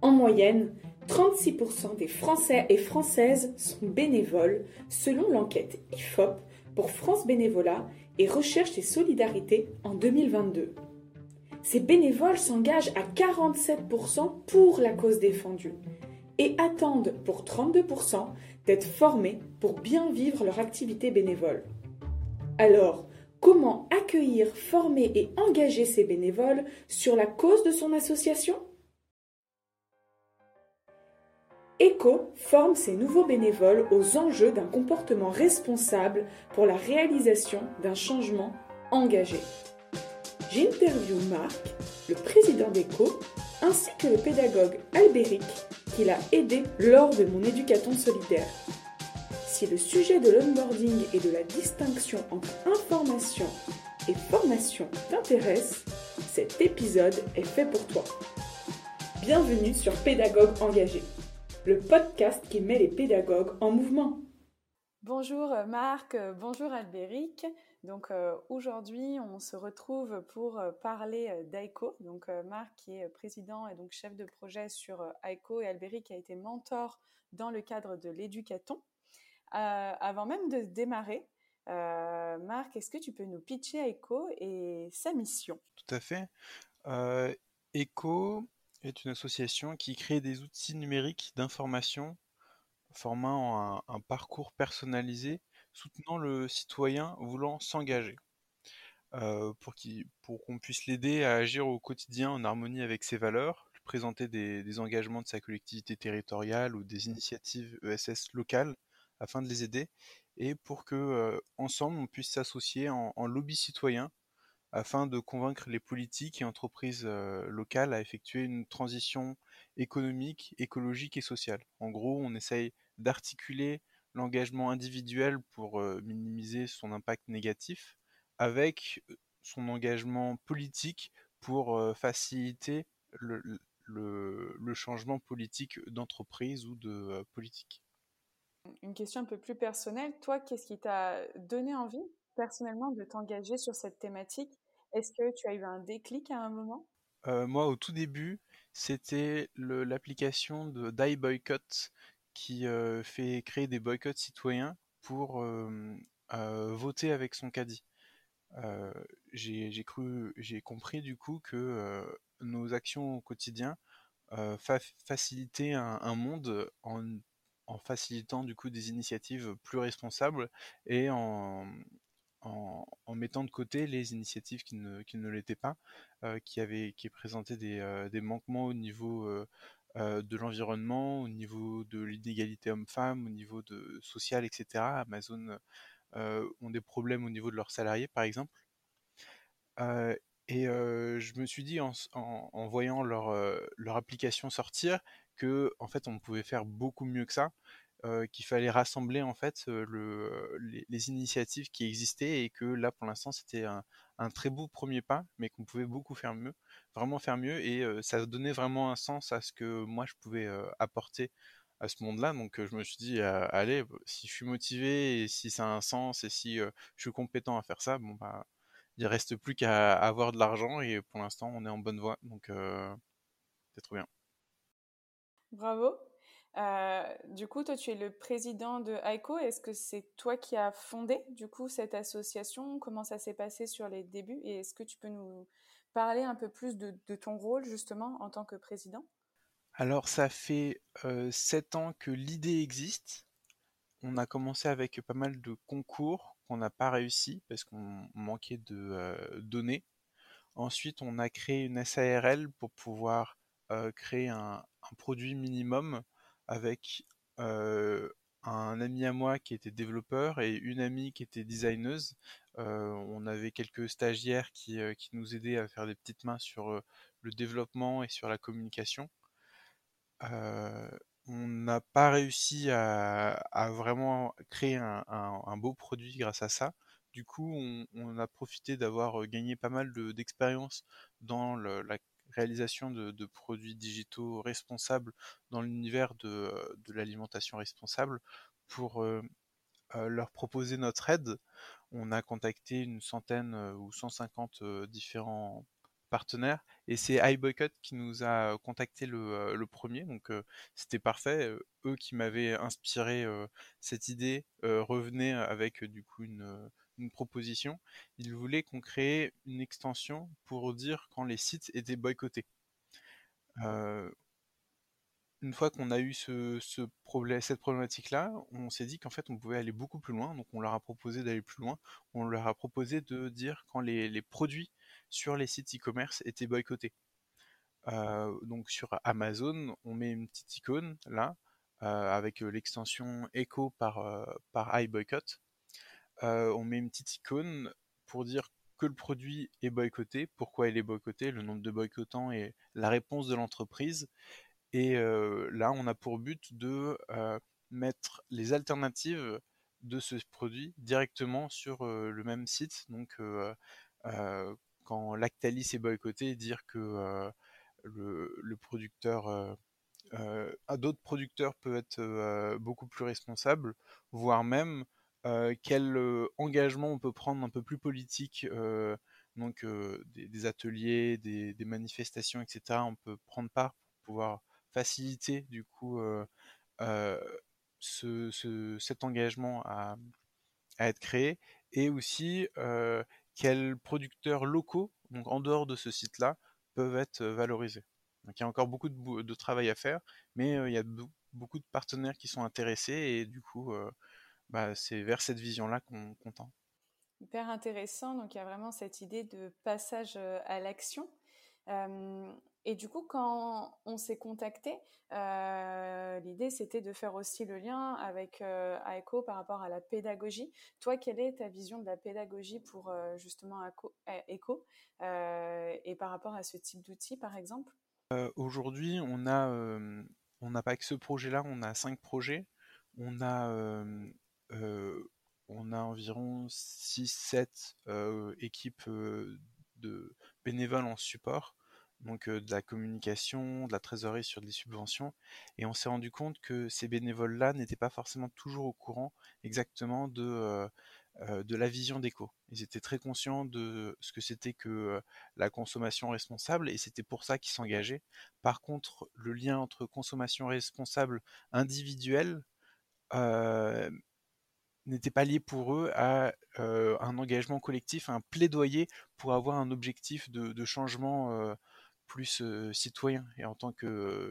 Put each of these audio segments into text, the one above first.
En moyenne, 36% des Français et Françaises sont bénévoles selon l'enquête IFOP pour France Bénévolat et Recherche et Solidarité en 2022. Ces bénévoles s'engagent à 47% pour la cause défendue et attendent pour 32% d'être formés pour bien vivre leur activité bénévole. Alors, comment accueillir, former et engager ces bénévoles sur la cause de son association ? ECO forme ces nouveaux bénévoles aux enjeux d'un comportement responsable pour la réalisation d'un changement engagé. J'interviewe Marc, le président d'ECO, ainsi que le pédagogue Albéric, qui l'a aidé lors de mon éducaton solidaire. Si le sujet de l'onboarding et de la distinction entre information et formation t'intéresse, cet épisode est fait pour toi. Bienvenue sur Pédagogue engagé, le podcast qui met les pédagogues en mouvement. Bonjour Marc, bonjour Albéric. Donc aujourd'hui, on se retrouve pour parler d'AICO. Donc Marc qui est président et donc chef de projet sur AICO et Albéric qui a été mentor dans le cadre de l'éducaton. Avant même de démarrer, Marc, est-ce que tu peux nous pitcher AICO et sa mission ? Tout à fait. ECO est une association qui crée des outils numériques d'information formant un parcours personnalisé soutenant le citoyen voulant s'engager, pour qu'on puisse l'aider à agir au quotidien en harmonie avec ses valeurs, lui présenter des engagements de sa collectivité territoriale ou des initiatives ESS locales afin de les aider, et pour que ensemble on puisse s'associer en lobby citoyen afin de convaincre les politiques et entreprises locales à effectuer une transition économique, écologique et sociale. En gros, on essaye d'articuler l'engagement individuel pour minimiser son impact négatif avec son engagement politique pour faciliter le changement politique d'entreprise ou de politique. Une question un peu plus personnelle. Toi, qu'est-ce qui t'a donné envie personnellement de t'engager sur cette thématique ? Est-ce que tu as eu un déclic à un moment ? Moi, au tout début, c'était l'application de Die qui fait créer des boycotts citoyens pour voter avec son caddie. Euh, j'ai compris du coup que nos actions au quotidien facilitaient un monde en facilitant du coup des initiatives plus responsables et en mettant de côté les initiatives qui ne l'étaient pas, qui présentaient des manquements au niveau de l'environnement, au niveau de l'inégalité homme-femme, au niveau social, etc. Amazon ont des problèmes au niveau de leurs salariés, par exemple. Euh, je me suis dit en voyant leur application sortir que en fait on pouvait faire beaucoup mieux que ça, qu'il fallait rassembler en fait les initiatives qui existaient et que là pour l'instant c'était un très beau premier pas, mais qu'on pouvait beaucoup faire mieux, vraiment faire mieux, et ça donnait vraiment un sens à ce que moi je pouvais apporter à ce monde-là. Donc je me suis dit allez, si je suis motivé et si ça a un sens et si je suis compétent à faire ça, bon bah il reste plus qu'à avoir de l'argent et pour l'instant on est en bonne voie, donc c'est trop bien. Bravo. Du coup, toi, tu es le président de AICO. Est-ce que c'est toi qui as fondé, du coup, cette association ? Comment ça s'est passé sur les débuts ? Et est-ce que tu peux nous parler un peu plus de ton rôle, justement, en tant que président ? Alors ça fait 7 ans que l'idée existe. On a commencé avec pas mal de concours qu'on n'a pas réussi parce qu'on manquait de données. Ensuite, on a créé une SARL pour pouvoir créer un produit minimum avec euh, un ami à moi qui était développeur et une amie qui était designeuse. On avait quelques stagiaires qui nous aidaient à faire des petites mains sur le développement et sur la communication. Euh, on n'a pas réussi à vraiment créer un beau produit grâce à ça. Du coup, on a profité d'avoir gagné pas mal d'expérience dans la réalisation de produits digitaux responsables dans l'univers de l'alimentation responsable pour leur proposer notre aide. On a contacté une centaine ou 150 différents partenaires, et c'est iBoycott qui nous a contacté le premier, donc c'était parfait. Eux qui m'avaient inspiré cette idée revenaient avec du coup une proposition. Ils voulaient qu'on crée une extension pour dire quand les sites étaient boycottés. Euh, une fois qu'on a eu ce problème, cette problématique-là, on s'est dit qu'en fait on pouvait aller beaucoup plus loin, donc on leur a proposé d'aller plus loin. On leur a proposé de dire quand les produits sur les sites e-commerce étaient boycottés. Donc sur Amazon, on met une petite icône là, avec l'extension Echo par iBoycott. On met une petite icône pour dire que le produit est boycotté, pourquoi il est boycotté, le nombre de boycottants et la réponse de l'entreprise. Et là, on a pour but de mettre les alternatives de ce produit directement sur le même site. Donc, quand Lactalis est boycotté, dire que le producteur, d'autres producteurs peuvent être beaucoup plus responsables, voire même quel engagement on peut prendre un peu plus politique. Donc, des ateliers, des manifestations, etc. On peut prendre part pour pouvoir faciliter du coup euh, cet engagement à être créé, et aussi quels producteurs locaux, donc en dehors de ce site-là, peuvent être valorisés. Donc il y a encore beaucoup de travail à faire, mais il y a beaucoup de partenaires qui sont intéressés, et du coup bah, c'est vers cette vision-là qu'on tend. Hyper intéressant. Donc, il y a vraiment cette idée de passage à l'action. Euh, et du coup, quand on s'est contacté, l'idée c'était de faire aussi le lien avec AECO par rapport à la pédagogie. Toi, quelle est ta vision de la pédagogie pour justement AECO et par rapport à ce type d'outil, par exemple? Aujourd'hui, on n'a pas que ce projet-là, on a 5 projets. On a, euh, on a environ 6-7 équipes de bénévoles en support, donc de la communication, de la trésorerie sur des subventions. Et on s'est rendu compte que ces bénévoles-là n'étaient pas forcément toujours au courant exactement de la vision d'éco. Ils étaient très conscients de ce que c'était que la consommation responsable, et c'était pour ça qu'ils s'engageaient. Par contre, le lien entre consommation responsable individuelle euh, n'était pas lié pour eux à un engagement collectif, à un plaidoyer pour avoir un objectif de changement plus citoyen. Et en tant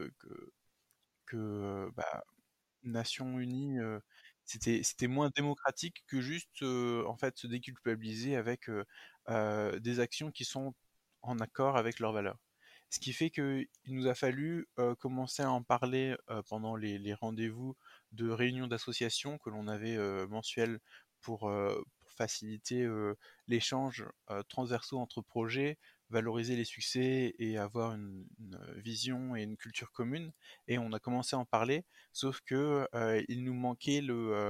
que bah, Nations Unies, c'était moins démocratique que juste en fait se déculpabiliser avec des actions qui sont en accord avec leurs valeurs. Ce qui fait qu'il nous a fallu commencer à en parler pendant les rendez-vous de réunions d'associations que l'on avait mensuels pour faciliter l'échange transversaux entre projets, valoriser les succès et avoir une vision et une culture commune. Et on a commencé à en parler, sauf que il nous manquait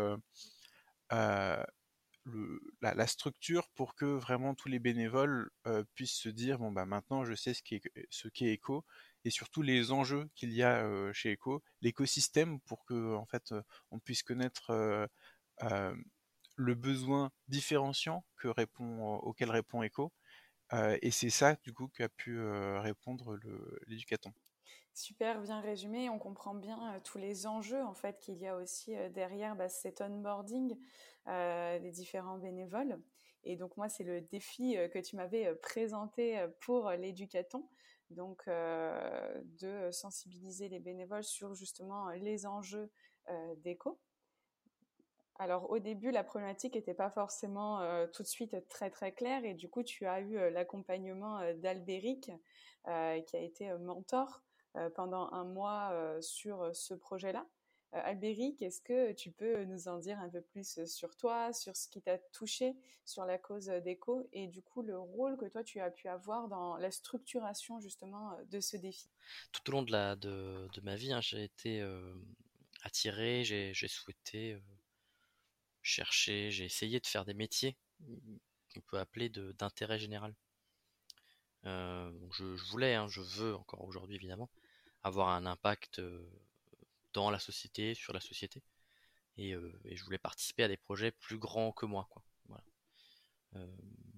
euh, la structure pour que vraiment tous les bénévoles puissent se dire bon bah maintenant je sais ce qu'est Echo, et surtout les enjeux qu'il y a chez Echo, l'écosystème, pour que en fait on puisse connaître euh, le besoin différenciant auquel répond Echo. Et c'est ça du coup qu'a pu répondre l'éducaton. Super bien résumé. On comprend bien tous les enjeux en fait qu'il y a aussi derrière cet onboarding des différents bénévoles. Et donc moi, c'est le défi que tu m'avais présenté pour l'éducaton. Donc de sensibiliser les bénévoles sur justement les enjeux d'éco. Alors au début, la problématique n'était pas forcément tout de suite très très claire, et du coup tu as eu l'accompagnement d'Albéric qui a été mentor pendant un mois sur ce projet-là. Albéric, est-ce que tu peux nous en dire un peu plus sur toi, sur ce qui t'a touché sur la cause d'éco, et du coup le rôle que toi tu as pu avoir dans la structuration justement de ce défi? Tout au long de ma vie, hein, j'ai été attiré, j'ai souhaité chercher, j'ai essayé de faire des métiers qu'on peut appeler d'intérêt général. Donc je voulais, hein, je veux encore aujourd'hui évidemment, avoir un impact dans la société, sur la société, et je voulais participer à des projets plus grands que moi, quoi. Voilà. Euh,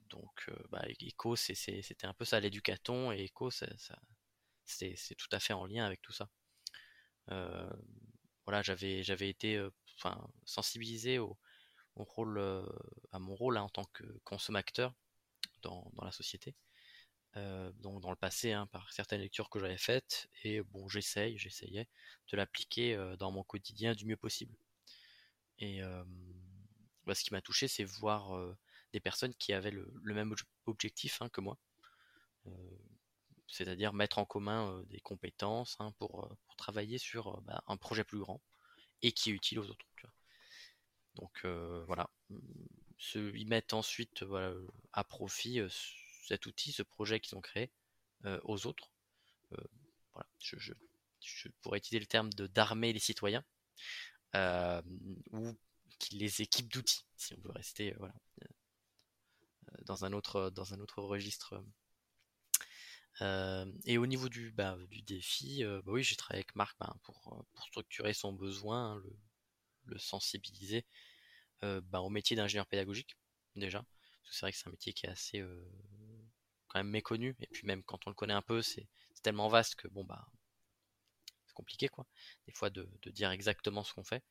Donc, Eco, c'était un peu ça, l'éducaton, et Eco, c'est tout à fait en lien avec tout ça. Euh, voilà, j'avais été sensibilisé au rôle, à mon rôle, hein, en tant que consommateur dans la société. Donc dans le passé, hein, par certaines lectures que j'avais faites, et bon, j'essayais de l'appliquer dans mon quotidien du mieux possible. Et ce qui m'a touché, c'est voir des personnes qui avaient le même objectif, hein, que moi, euh, c'est-à-dire mettre en commun des compétences, hein, pour travailler sur un projet plus grand et qui est utile aux autres. Tu vois. Donc voilà, ils mettent ensuite voilà, à profit cet outil, ce projet qu'ils ont créé aux autres. Euh, voilà, je pourrais utiliser le terme d'armer les citoyens, euh, ou qui les équipent d'outils, si on veut rester voilà, dans un autre registre. Et au niveau du défi, oui, j'ai travaillé avec Marc pour structurer son besoin, hein, le sensibiliser au métier d'ingénieur pédagogique, déjà. Parce que c'est vrai que c'est un métier qui est assez quand même méconnu, et puis même quand on le connaît un peu, c'est tellement vaste que c'est compliqué, quoi, des fois de dire exactement ce qu'on fait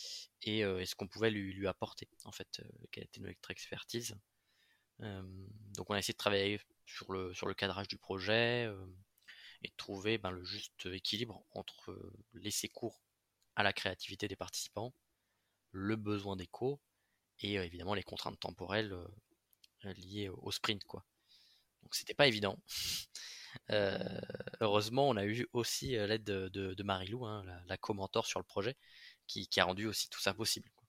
et ce qu'on pouvait lui apporter, en fait, quelle était notre expertise. Donc on a essayé de travailler sur le cadrage du projet, et de trouver le juste équilibre entre laisser cours à la créativité des participants, le besoin d'écho et évidemment les contraintes temporelles liées au sprint, quoi. Donc c'était pas évident. Euh, Heureusement, on a eu aussi l'aide de Marie-Lou, hein, la co-mentor sur le projet, qui a rendu aussi tout ça possible, quoi.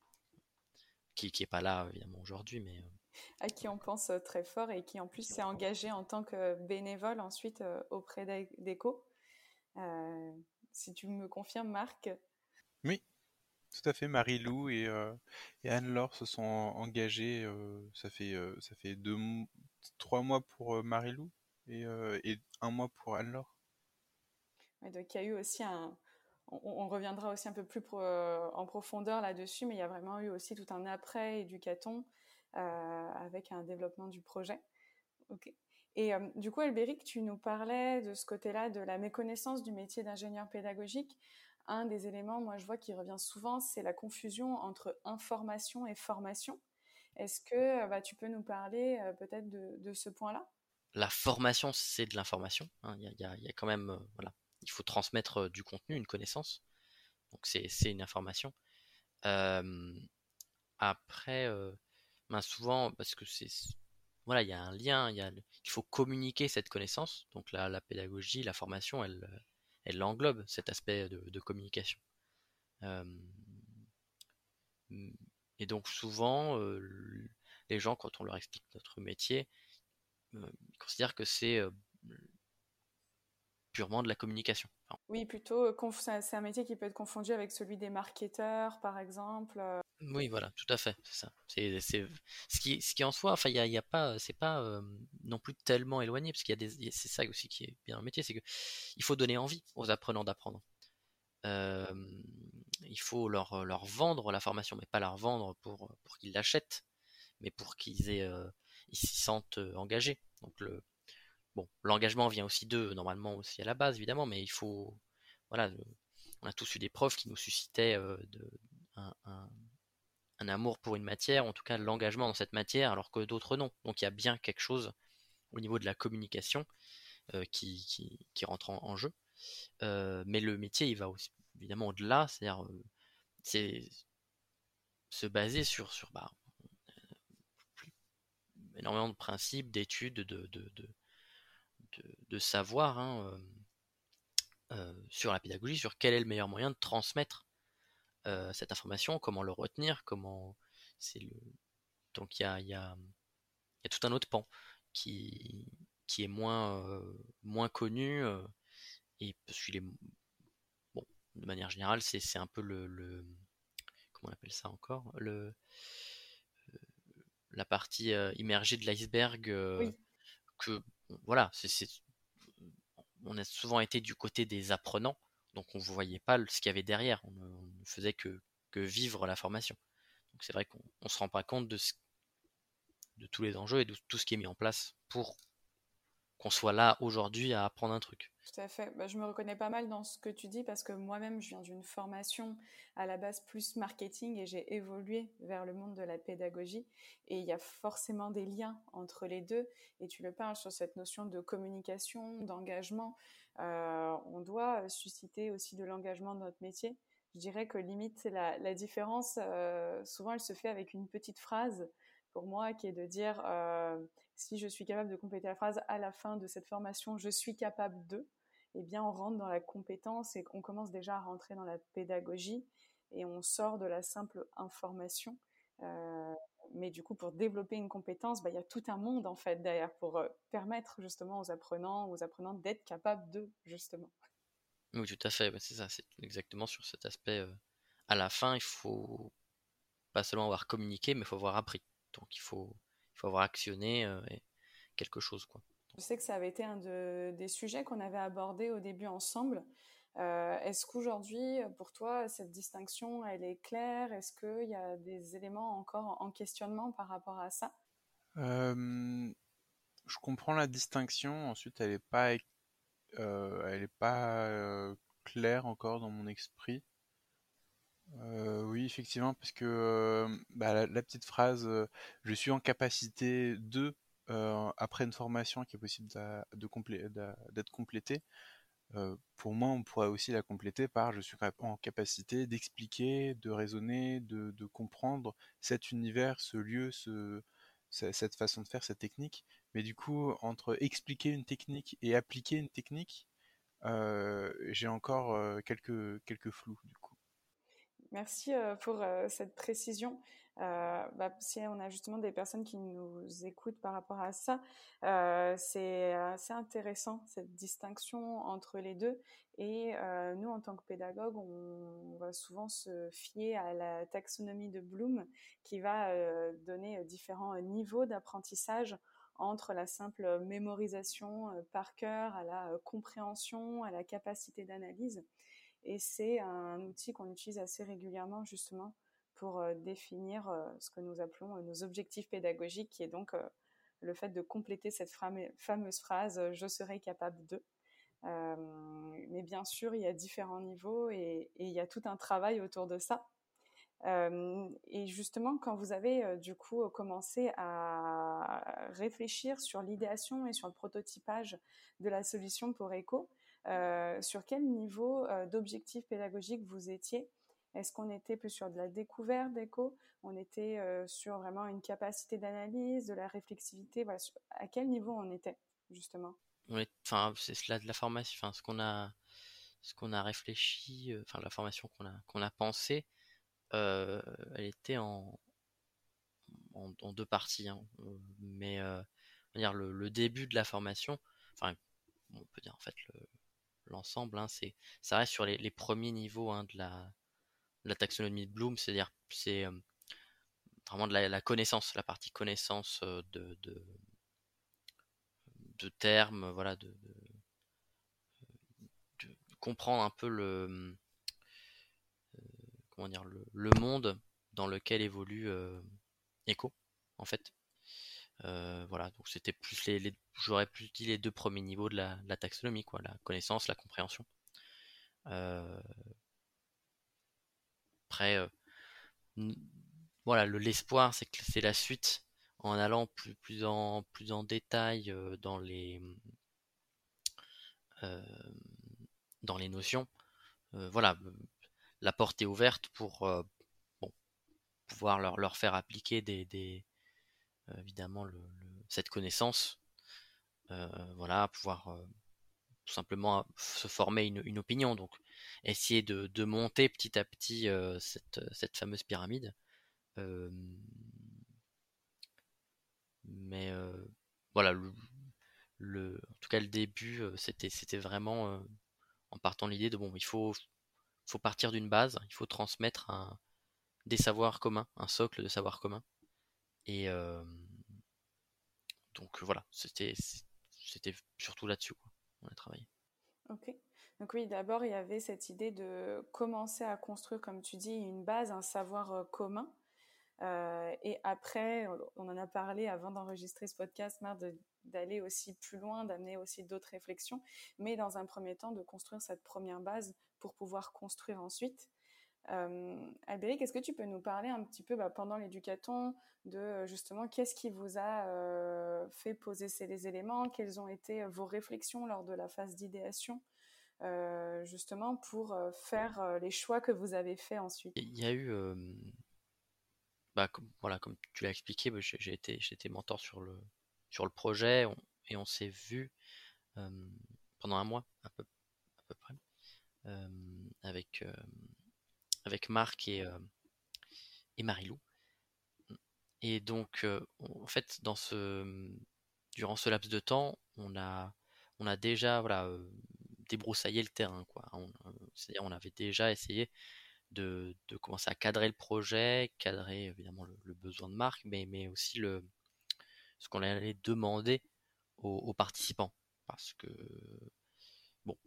Qui est pas là évidemment aujourd'hui, mais À qui on pense très fort et qui en plus s'est engagé en tant que bénévole ensuite auprès d'ECHO. Euh, si tu me confirmes, Marc. Oui, tout à fait. Marie-Lou et Anne-Laure se sont engagés. Ça fait 3 mois pour Marie-Lou et 1 mois pour Anne-Laure. Ouais, donc il y a eu aussi on reviendra aussi un peu plus en profondeur là-dessus, mais il y a vraiment eu aussi tout un après éducaton avec un développement du projet. Ok. Et du coup, Albéric, tu nous parlais de ce côté-là, de la méconnaissance du métier d'ingénieur pédagogique. Un des éléments, moi, je vois qui revient souvent, c'est la confusion entre information et formation. Est-ce que tu peux nous parler peut-être de ce point-là? la formation, c'est de l'information, hein. Il y a quand même voilà, il faut transmettre du contenu, une connaissance. Donc c'est une information. Euh, Après, souvent, parce que voilà, il y a un lien, il faut communiquer cette connaissance. Donc la pédagogie, la formation, elle englobe cet aspect de communication. Euh, et donc souvent, les gens, quand on leur explique notre métier, ils considèrent que c'est purement de la communication. Enfin, Oui, plutôt, c'est un métier qui peut être confondu avec celui des marketeurs, par exemple. oui, voilà, tout à fait, c'est ça. Ce qui en soi, enfin, il y a pas, c'est pas non plus tellement éloigné, parce qu'il y a c'est ça aussi qui est bien un métier, c'est que il faut donner envie aux apprenants d'apprendre. Euh, il faut leur vendre la formation, mais pas leur vendre pour qu'ils l'achètent, mais pour ils s'y sentent engagés. Donc l'engagement vient aussi d'eux, normalement aussi à la base, évidemment, mais il faut, voilà, on a tous eu des profs qui nous suscitaient un, un- un amour pour une matière, en tout cas l'engagement dans cette matière, alors que d'autres non. Donc il y a bien quelque chose au niveau de la communication qui rentre en jeu. Mais le métier, il va aussi évidemment au-delà, c'est-à-dire c'est se baser sur énormément de principes, d'études, de savoir, hein, sur la pédagogie, sur quel est le meilleur moyen de transmettre cette information, comment le retenir, comment c'est le donc il y a tout un autre pan qui, qui est moins connu, et parce qu'il est bon, de manière générale, c'est un peu comment on appelle ça encore, la partie immergée de l'iceberg, Oui, que bon, voilà, on a souvent été du côté des apprenants, donc on ne voyait pas ce qu'il y avait derrière, on ne faisait que vivre la formation. Donc c'est vrai qu'on ne se rend pas compte de tous les enjeux et de tout ce qui est mis en place pour qu'on soit là aujourd'hui à apprendre un truc. Tout à fait. Bah, je me reconnais pas mal dans ce que tu dis parce que moi-même, je viens d'une formation à la base plus marketing et j'ai évolué vers le monde de la pédagogie. Et il y a forcément des liens entre les deux. Et tu le parles sur cette notion de communication, d'engagement. On doit susciter aussi de l'engagement dans notre métier. Je dirais que limite, la différence, souvent, elle se fait avec une petite phrase pour moi qui est de dire si je suis capable de compléter la phrase à la fin de cette formation, je suis capable de, eh bien, on rentre dans la compétence et on commence déjà à rentrer dans la pédagogie et on sort de la simple information. Euh, mais du coup, pour développer une compétence, bah, il y a tout un monde en fait derrière pour permettre justement aux apprenants, d'être capables de justement. Oui, tout à fait, c'est ça, c'est exactement sur cet aspect. À la fin, il faut pas seulement avoir communiqué, mais il faut avoir appris. Donc il faut avoir actionné quelque chose, quoi. Je sais que ça avait été des sujets qu'on avait abordés au début ensemble. Est-ce qu'aujourd'hui, pour toi, cette distinction, elle est claire? Est-ce qu'il y a des éléments encore en questionnement par rapport à ça? Je comprends la distinction. Ensuite, elle est pas claire encore dans mon esprit. Oui, effectivement, parce que bah, la petite phrase je suis en capacité de, après une formation qui est possible d'être complétée, pour moi, on pourrait aussi la compléter par je suis en capacité d'expliquer, de raisonner, de comprendre cet univers, ce lieu, cette façon de faire, cette technique. Mais du coup, entre expliquer une technique et appliquer une technique, j'ai encore quelques flous du coup. Merci pour cette précision. Si on a justement des personnes qui nous écoutent par rapport à ça, c'est assez intéressant cette distinction entre les deux. Et nous, en tant que pédagogue, on va souvent se fier à la taxonomie de Bloom qui va donner différents niveaux d'apprentissage entre la simple mémorisation par cœur, à la compréhension, à la capacité d'analyse. Et c'est un outil qu'on utilise assez régulièrement justement pour définir ce que nous appelons nos objectifs pédagogiques, qui est donc le fait de compléter cette fameuse phrase je serai capable de. Mais bien sûr, il y a différents niveaux et il y a tout un travail autour de ça. Et justement, quand vous avez du coup commencé à réfléchir sur l'idéation et sur le prototypage de la solution pour Echo, sur quel niveau d'objectif pédagogique vous étiez? Est-ce qu'on était plus sur de la découverte d'Echo? On était sur vraiment une capacité d'analyse, de la réflexivité? Voilà, à quel niveau on était justement? Enfin, c'est cela de la formation, enfin, ce qu'on a réfléchi, enfin, la formation qu'on a pensée, elle était en deux parties, hein. Mais on va dire le début de la formation, enfin, on peut dire en fait l'ensemble, hein, ça reste sur les premiers niveaux, hein, de la taxonomie de Bloom, c'est-à-dire c'est vraiment de la connaissance, la partie connaissance de termes, voilà, de comprendre un peu comment dire, le monde dans lequel évolue Echo, en fait. Voilà, donc c'était plus j'aurais plus dit les deux premiers niveaux de la taxonomie, quoi, la connaissance, la compréhension. Euh, Après, voilà, l'espoir, c'est que c'est la suite en allant plus en détail euh, dans les notions. Voilà, la porte est ouverte pour bon, pouvoir leur faire appliquer évidemment cette connaissance. Voilà, pouvoir tout simplement se former une opinion. Donc, essayer de monter petit à petit cette fameuse pyramide. Euh, mais voilà, en tout cas, le début, c'était vraiment en partant de l'idée de bon, faut partir d'une base, il faut transmettre des savoirs communs, un socle de savoirs communs. Et donc voilà, c'était surtout là-dessus, quoi. On a travaillé. Ok. Donc oui, d'abord, il y avait cette idée de commencer à construire, comme tu dis, une base, un savoir commun. Et après, on en a parlé avant d'enregistrer ce podcast, Marc, d'aller aussi plus loin, d'amener aussi d'autres réflexions, mais dans un premier temps, de construire cette première base pour pouvoir construire ensuite. Albéric, est-ce que tu peux nous parler un petit peu pendant l'éducaton de justement qu'est-ce qui vous a fait poser les éléments, quelles ont été vos réflexions lors de la phase d'idéation justement pour faire les choix que vous avez faits ensuite? Il y a eu, comme tu l'as expliqué, j'ai été mentor sur le projet et on s'est vu euh, pendant un mois à peu près euh, avec, avec Marc et Marilou. Et donc, en fait, durant ce laps de temps, on a déjà débroussaillé le terrain, quoi. C'est-à-dire, on avait déjà essayé de commencer à cadrer le projet, cadrer évidemment le besoin de marque, mais aussi ce qu'on allait demander aux participants. Parce que, bon,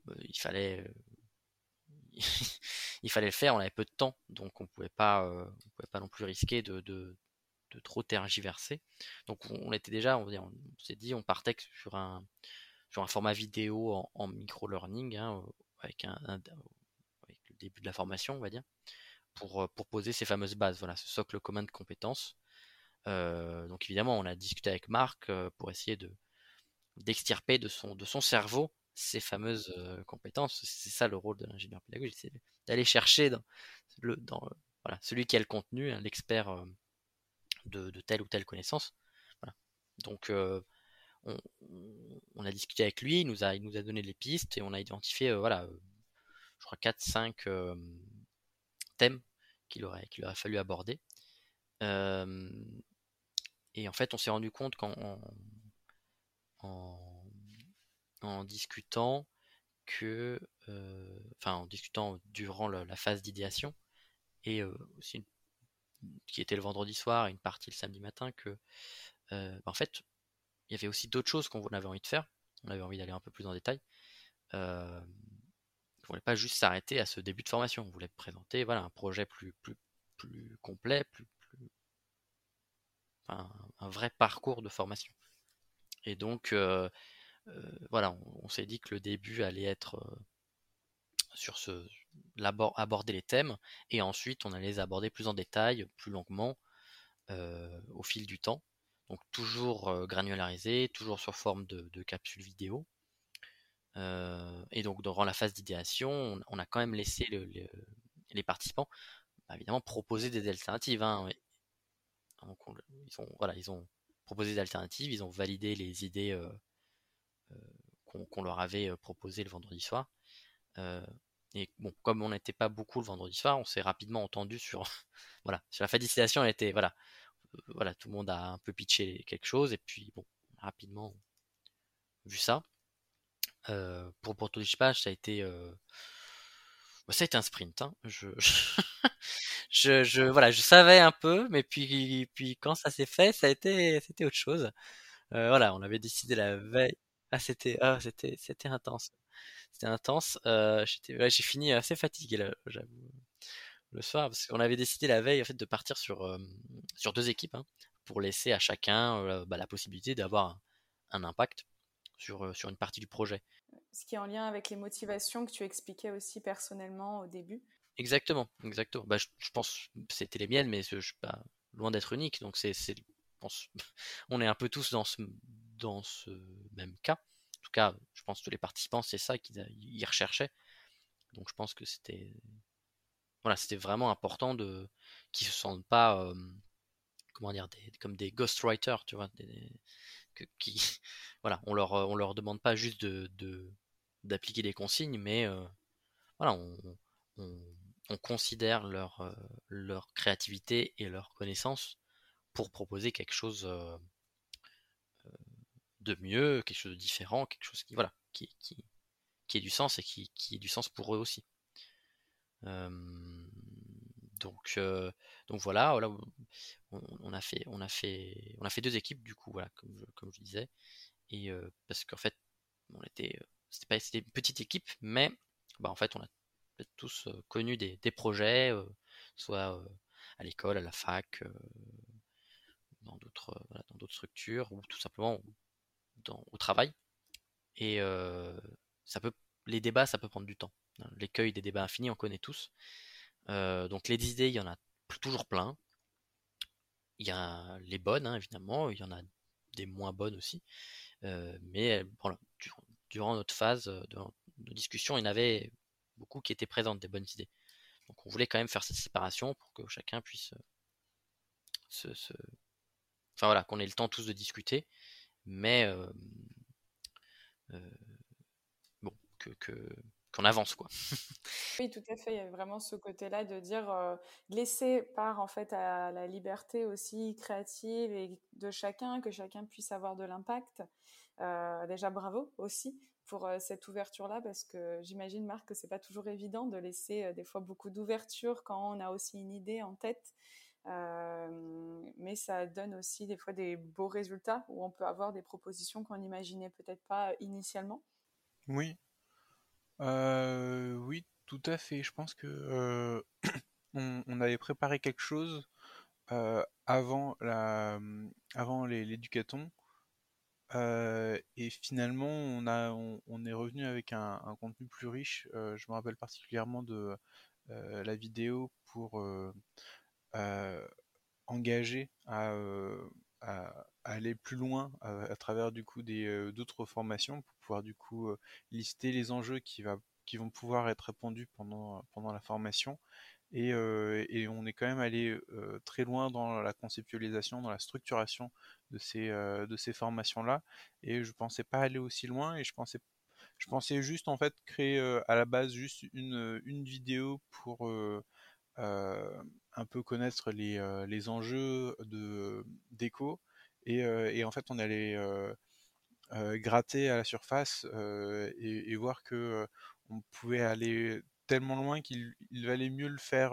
il fallait le faire, on avait peu de temps, donc on pouvait pas non plus risquer de trop tergiverser. Donc on était déjà, on s'est dit, on partait sur un format vidéo en micro-learning, hein, avec avec le début de la formation, on va dire, pour poser ces fameuses bases, voilà, ce socle commun de compétences. Donc évidemment, on a discuté avec Marc pour essayer d'extirper de son cerveau ces fameuses compétences. C'est ça le rôle de l'ingénieur pédagogique, c'est d'aller chercher voilà, celui qui a le contenu, hein, l'expert de telle ou telle connaissance. Voilà. Donc on a discuté avec lui, il nous a donné les pistes et on a identifié je crois 4-5 thèmes qu'il aurait fallu aborder. Euh, et en fait, on s'est rendu compte en, en discutant en discutant durant la phase d'idéation et aussi qui était le vendredi soir et une partie le samedi matin, que en fait, il y avait aussi d'autres choses qu'on avait envie de faire. On avait envie d'aller un peu plus en détail. On ne voulait pas juste s'arrêter à ce début de formation. On voulait présenter un projet plus complet, un vrai parcours de formation. Et donc, on s'est dit que le début allait être sur aborder les thèmes, et ensuite on allait les aborder plus en détail, plus longuement, au fil du temps. Donc toujours granularisé, toujours sur forme de capsules vidéo. Et donc durant la phase d'idéation, on a quand même laissé les participants, évidemment, proposer des alternatives, hein. Donc, ils ont proposé des alternatives, ils ont validé les idées qu'on leur avait proposées le vendredi soir. Et bon, comme on n'était pas beaucoup le vendredi soir, on s'est rapidement entendu sur sur la facilitation. Elle était tout le monde a un peu pitché quelque chose, et puis bon, on a rapidement vu ça. Pour Prototypage, ça a été un sprint, hein. Je savais un peu, mais puis quand ça s'est fait, c'était autre chose. On avait décidé la veille. C'était intense. C'était intense. J'ai fini assez fatigué là, j'avoue, le soir, parce qu'on avait décidé la veille en fait de partir sur deux équipes, hein, pour laisser à chacun la possibilité d'avoir un impact sur une partie du projet. Ce qui est en lien avec les motivations que tu expliquais aussi personnellement au début. Exactement, exactement. Je pense que c'était les miennes, mais je suis pas loin d'être unique, donc je pense, on est un peu tous dans ce même cas. En tout cas, je pense que tous les participants, c'est ça qu'ils recherchaient. Donc je pense que c'était vraiment important qu'ils se sentent pas, comment dire, comme des ghostwriters, tu vois, qui, on leur demande pas juste d'appliquer des consignes, mais voilà, on, on considère leur créativité et leur connaissance pour proposer quelque chose de mieux, quelque chose de différent, quelque chose qui ait du sens et qui ait du sens pour eux aussi. Euh, donc voilà, on a fait deux équipes du coup, voilà, comme je disais, et parce qu'en fait, c'était une petite équipe, mais en fait, on a tous connu des projets, soit à l'école, à la fac, dans d'autres structures ou tout simplement au travail. Et ça peut, les débats, ça peut prendre du temps. L'écueil des débats infinis, on connaît tous. Donc les idées, il y en a toujours plein. Il y a les bonnes, hein, évidemment, il y en a des moins bonnes aussi. Mais voilà, durant notre phase de discussion, il y en avait beaucoup qui étaient présentes, des bonnes idées. Donc on voulait quand même faire cette séparation pour que chacun puisse enfin voilà, qu'on ait le temps tous de discuter, mais euh, bon, qu'on avance quoi. Oui, tout à fait. Il y a vraiment ce côté-là de dire laisser part en fait à la liberté aussi créative et de chacun, que chacun puisse avoir de l'impact. Déjà bravo aussi pour cette ouverture-là, parce que j'imagine, Marc, que c'est pas toujours évident de laisser des fois beaucoup d'ouverture quand on a aussi une idée en tête. Mais ça donne aussi des fois des beaux résultats où on peut avoir des propositions qu'on n'imaginait peut-être pas initialement. Oui, oui, tout à fait. Je pense que on avait préparé quelque chose avant avant l'éducaton. Et finalement, on est revenu avec un contenu plus riche. Je me rappelle particulièrement de la vidéo pour euh, engager à aller plus loin à travers du coup d'autres formations pour pouvoir du coup lister les enjeux qui vont pouvoir être répondus pendant la formation. Et on est quand même allé très loin dans la conceptualisation, dans la structuration de ces formations-là. Et je pensais pas aller aussi loin et je pensais juste en fait créer à la base juste une vidéo pour un peu connaître les enjeux d'éco. Et en fait, on allait gratter à la surface et voir que on pouvait aller tellement loin qu'il valait mieux le faire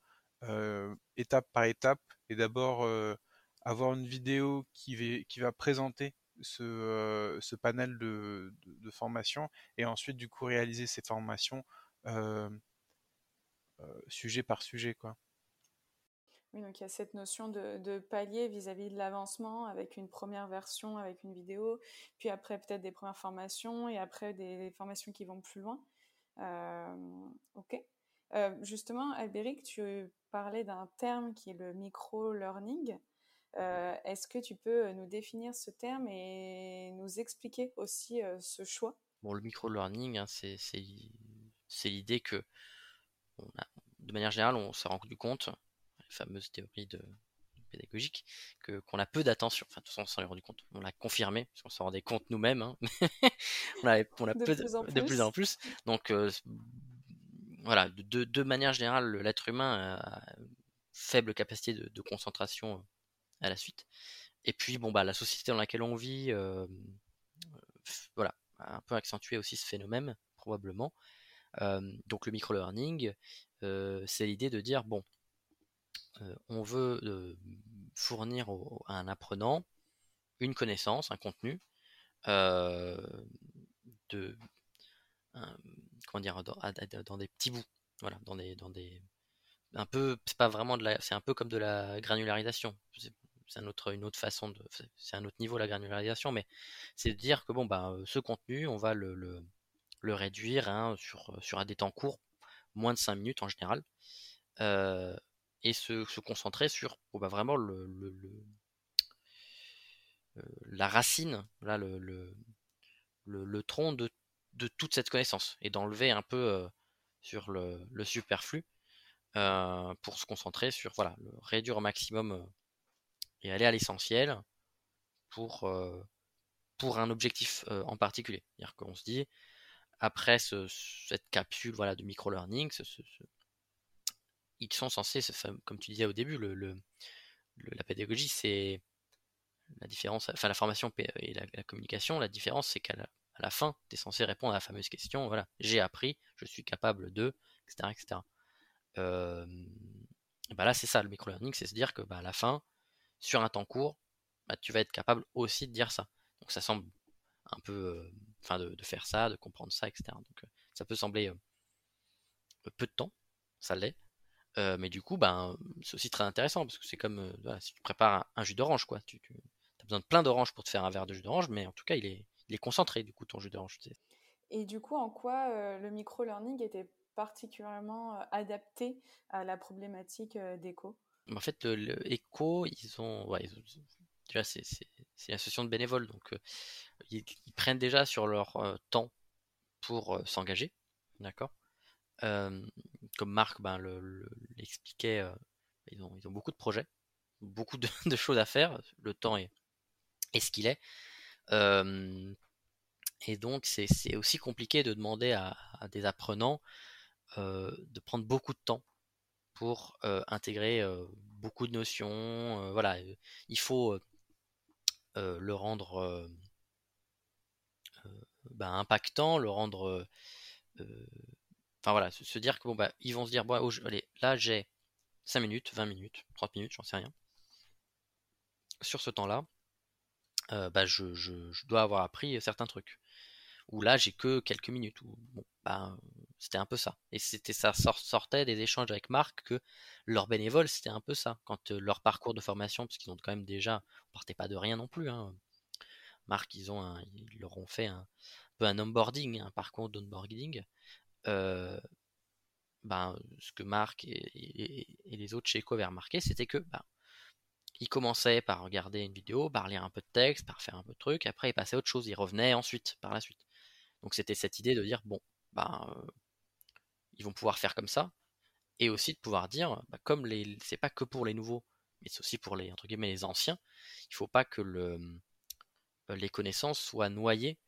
étape par étape et d'abord avoir une vidéo qui va présenter ce panel de formations et ensuite du coup réaliser ces formations euh, sujet par sujet quoi. Oui, donc il y a cette notion de palier vis-à-vis de l'avancement avec une première version, avec une vidéo, puis après peut-être des premières formations et après des formations qui vont plus loin. Ok. Justement, Albéric, tu parlais d'un terme qui est le micro-learning. Est-ce que tu peux nous définir ce terme et nous expliquer aussi ce choix? Bon, le micro-learning, hein, c'est l'idée que de manière générale, on s'est rendu compte, la fameuse théorie pédagogique, qu'on a peu d'attention. Enfin, de toute façon, on s'en est rendu compte. On l'a confirmé, parce qu'on s'en rendait compte nous-mêmes. Hein. On a De peu plus en de plus en plus. plus. Donc, voilà, de manière générale, l'être humain a faible capacité de concentration à la suite. Et puis, bon, bah, la société dans laquelle on vit, voilà, a un peu accentué aussi ce phénomène, probablement. Donc, le micro-learning, c'est l'idée de dire, bon, on veut fournir à un apprenant une connaissance, un contenu, euh, de, un- comment dire, dans des petits bouts, voilà, un peu, c'est pas vraiment c'est un peu comme de la granularisation. C'est une autre façon c'est un autre niveau la granularisation, mais c'est de dire que bon bah ce contenu, on va le réduire hein, sur des temps courts, moins de 5 minutes en général, euh, et se concentrer sur bon, bah, vraiment la racine, là, le tronc de toute cette connaissance, et d'enlever un peu sur le superflu pour se concentrer sur voilà, réduire au maximum et aller à l'essentiel pour, euh, pour un objectif en particulier. C'est-à-dire qu'on se dit, après cette capsule voilà, de micro-learning, ils sont censés, comme tu disais au début, la pédagogie, c'est la différence, enfin la formation et la communication, la différence, c'est à la fin, tu es censé répondre à la fameuse question, voilà, j'ai appris, je suis capable de, etc. etc. Euh, bah là, c'est ça, le micro-learning, c'est se dire que bah, à la fin, sur un temps court, bah, tu vas être capable aussi de dire ça. Donc ça semble un peu, enfin de faire ça, de comprendre ça, etc. Donc ça peut sembler peu de temps, ça l'est, Mais du coup, ben, c'est aussi très intéressant parce que c'est comme voilà, si tu prépares un jus d'orange, quoi. Tu as besoin de plein d'oranges pour te faire un verre de jus d'orange, mais en tout cas, il est concentré, du coup, ton jus d'orange. Et du coup, en quoi le micro-learning était particulièrement adapté à la problématique d'éco? En fait, le Echo, déjà, c'est une association de bénévoles, donc ils prennent déjà sur leur temps pour s'engager, d'accord. Euh, Comme Marc ben, l'expliquait, ils ont beaucoup de projets, beaucoup de, de choses à faire. Le temps est ce qu'il est. Euh, et donc, c'est aussi compliqué de demander à des apprenants de prendre beaucoup de temps pour intégrer beaucoup de notions. Voilà, il faut le rendre ben, impactant, le rendre. Euh, Enfin voilà, se dire que bon, bah, ils vont se dire, bon, allez, là j'ai 5 minutes, 20 minutes, 30 minutes, j'en sais rien. Sur ce temps-là, bah, je dois avoir appris certains trucs. Ou là, j'ai que quelques minutes. Ou, bon, bah, c'était un peu ça. Et ça sortait des échanges avec Marc que leurs bénévoles, c'était un peu ça. Quand leur parcours de formation, parce qu'ils ont quand même déjà, on partait pas de rien non plus, hein. Marc, ils leur ont fait un peu un onboarding, un parcours d'onboarding. Euh, ben, ce que Marc et les autres chez Eco avaient remarqué, c'était que ben, ils commençaient par regarder une vidéo, par lire un peu de texte, par faire un peu de trucs, après ils passaient à autre chose, ils revenaient ensuite, par la suite. Donc c'était cette idée de dire, bon, ben, ils vont pouvoir faire comme ça, et aussi de pouvoir dire, ben, comme c'est pas que pour les nouveaux, mais c'est aussi pour les, entre guillemets, les anciens, il faut pas que les connaissances soient noyées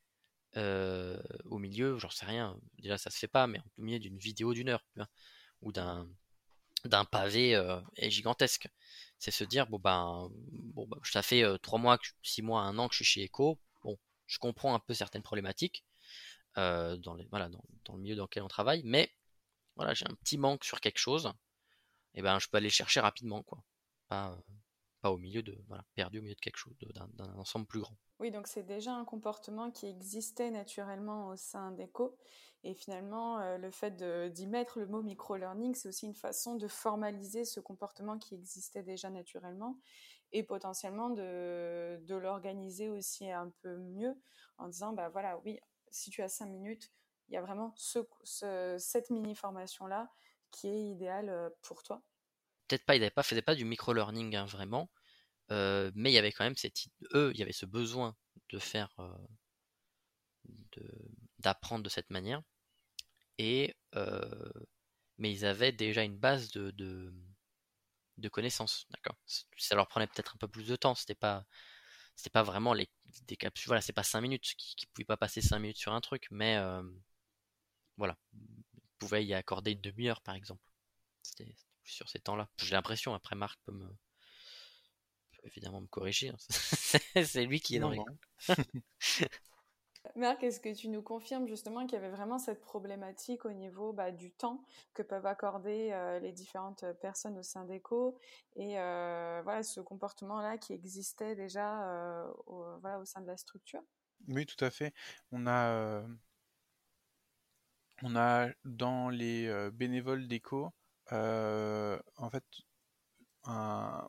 au milieu, j'en sais rien, déjà ça se fait pas, mais au milieu d'une vidéo d'1 heure, tu vois, ou d'un pavé gigantesque. C'est se dire, bon, ça fait 3 mois, 6 mois, 1 an que je suis chez Echo. Bon, je comprends un peu certaines problématiques voilà, dans le milieu dans lequel on travaille, mais voilà, j'ai un petit manque sur quelque chose, et ben je peux aller le chercher rapidement, quoi. Pas, pas au milieu voilà, perdu au milieu de quelque chose, d'un ensemble plus grand. Oui, donc c'est déjà un comportement qui existait naturellement au sein d'ECO. Et finalement, le fait d'y mettre le mot micro-learning, c'est aussi une façon de formaliser ce comportement qui existait déjà naturellement et potentiellement de l'organiser aussi un peu mieux en disant, bah voilà, oui, si tu as 5 minutes, il y a vraiment cette mini-formation-là qui est idéale pour toi. Peut-être pas, faisaient pas du micro-learning hein, vraiment, mais il y avait quand même il y avait ce besoin de faire, d'apprendre de cette manière. Et mais ils avaient déjà une base de connaissances, d'accord. Ça leur prenait peut-être un peu plus de temps. C'était pas vraiment des capsules. Voilà, c'est pas 5 minutes. Qui pouvaient pas passer 5 minutes sur un truc, mais voilà, ils pouvaient y accorder une demi-heure par exemple. C'était plus sur ces temps-là. J'ai l'impression. Après, Marc peut évidemment me corriger, hein. C'est lui qui est dans Non, les. non. Marc, est-ce que tu nous confirmes justement qu'il y avait vraiment cette problématique au niveau du temps que peuvent accorder les différentes personnes au sein d'ECO et voilà, ce comportement-là qui existait déjà voilà, au sein de la structure? Oui, tout à fait. On a, on a dans les bénévoles d'éco, en fait, un,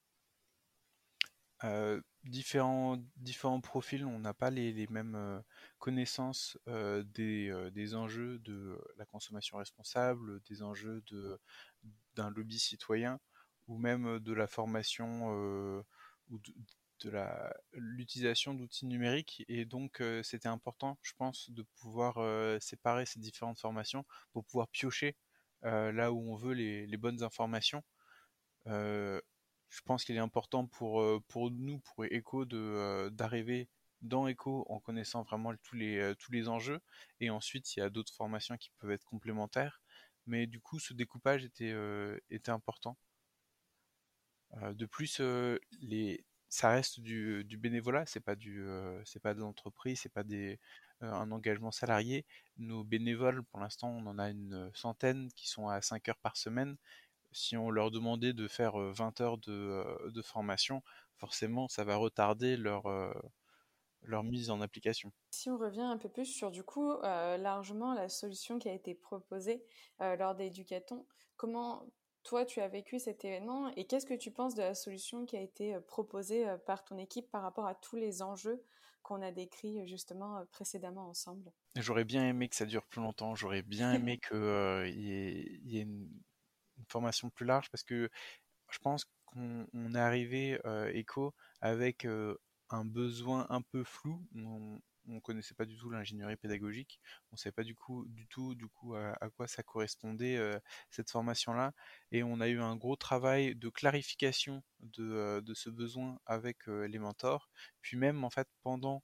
différents profils. On n'a pas les mêmes connaissances des enjeux de la consommation responsable, des enjeux d'un lobby citoyen, ou même de la formation ou l'utilisation d'outils numériques. Et donc, c'était important, je pense, de pouvoir séparer ces différentes formations pour pouvoir piocher là où on veut les bonnes informations. Euh, je pense qu'il est important pour nous, pour Echo, d'arriver dans Echo en connaissant vraiment tous les enjeux. Et ensuite, il y a d'autres formations qui peuvent être complémentaires. Mais du coup, ce découpage était important. De plus, ça reste du bénévolat, c'est pas de l'entreprise, c'est pas un engagement salarié. Nos bénévoles, pour l'instant, on en a une centaine qui sont à 5 heures par semaine. Si on leur demandait de faire 20 heures de formation, forcément, ça va retarder leur mise en application. Si on revient un peu plus sur du coup largement la solution qui a été proposée lors des Ducatons, comment toi, tu as vécu cet événement et qu'est-ce que tu penses de la solution qui a été proposée par ton équipe par rapport à tous les enjeux qu'on a décrits justement précédemment ensemble? J'aurais bien aimé que ça dure plus longtemps, j'aurais bien aimé il y ait une formation plus large parce que je pense qu'on est arrivé Echo avec un besoin un peu flou. On connaissait pas du tout l'ingénierie pédagogique. On savait pas du coup à quoi ça correspondait cette formation-là. Et on a eu un gros travail de clarification de ce besoin avec les mentors. Puis même en fait pendant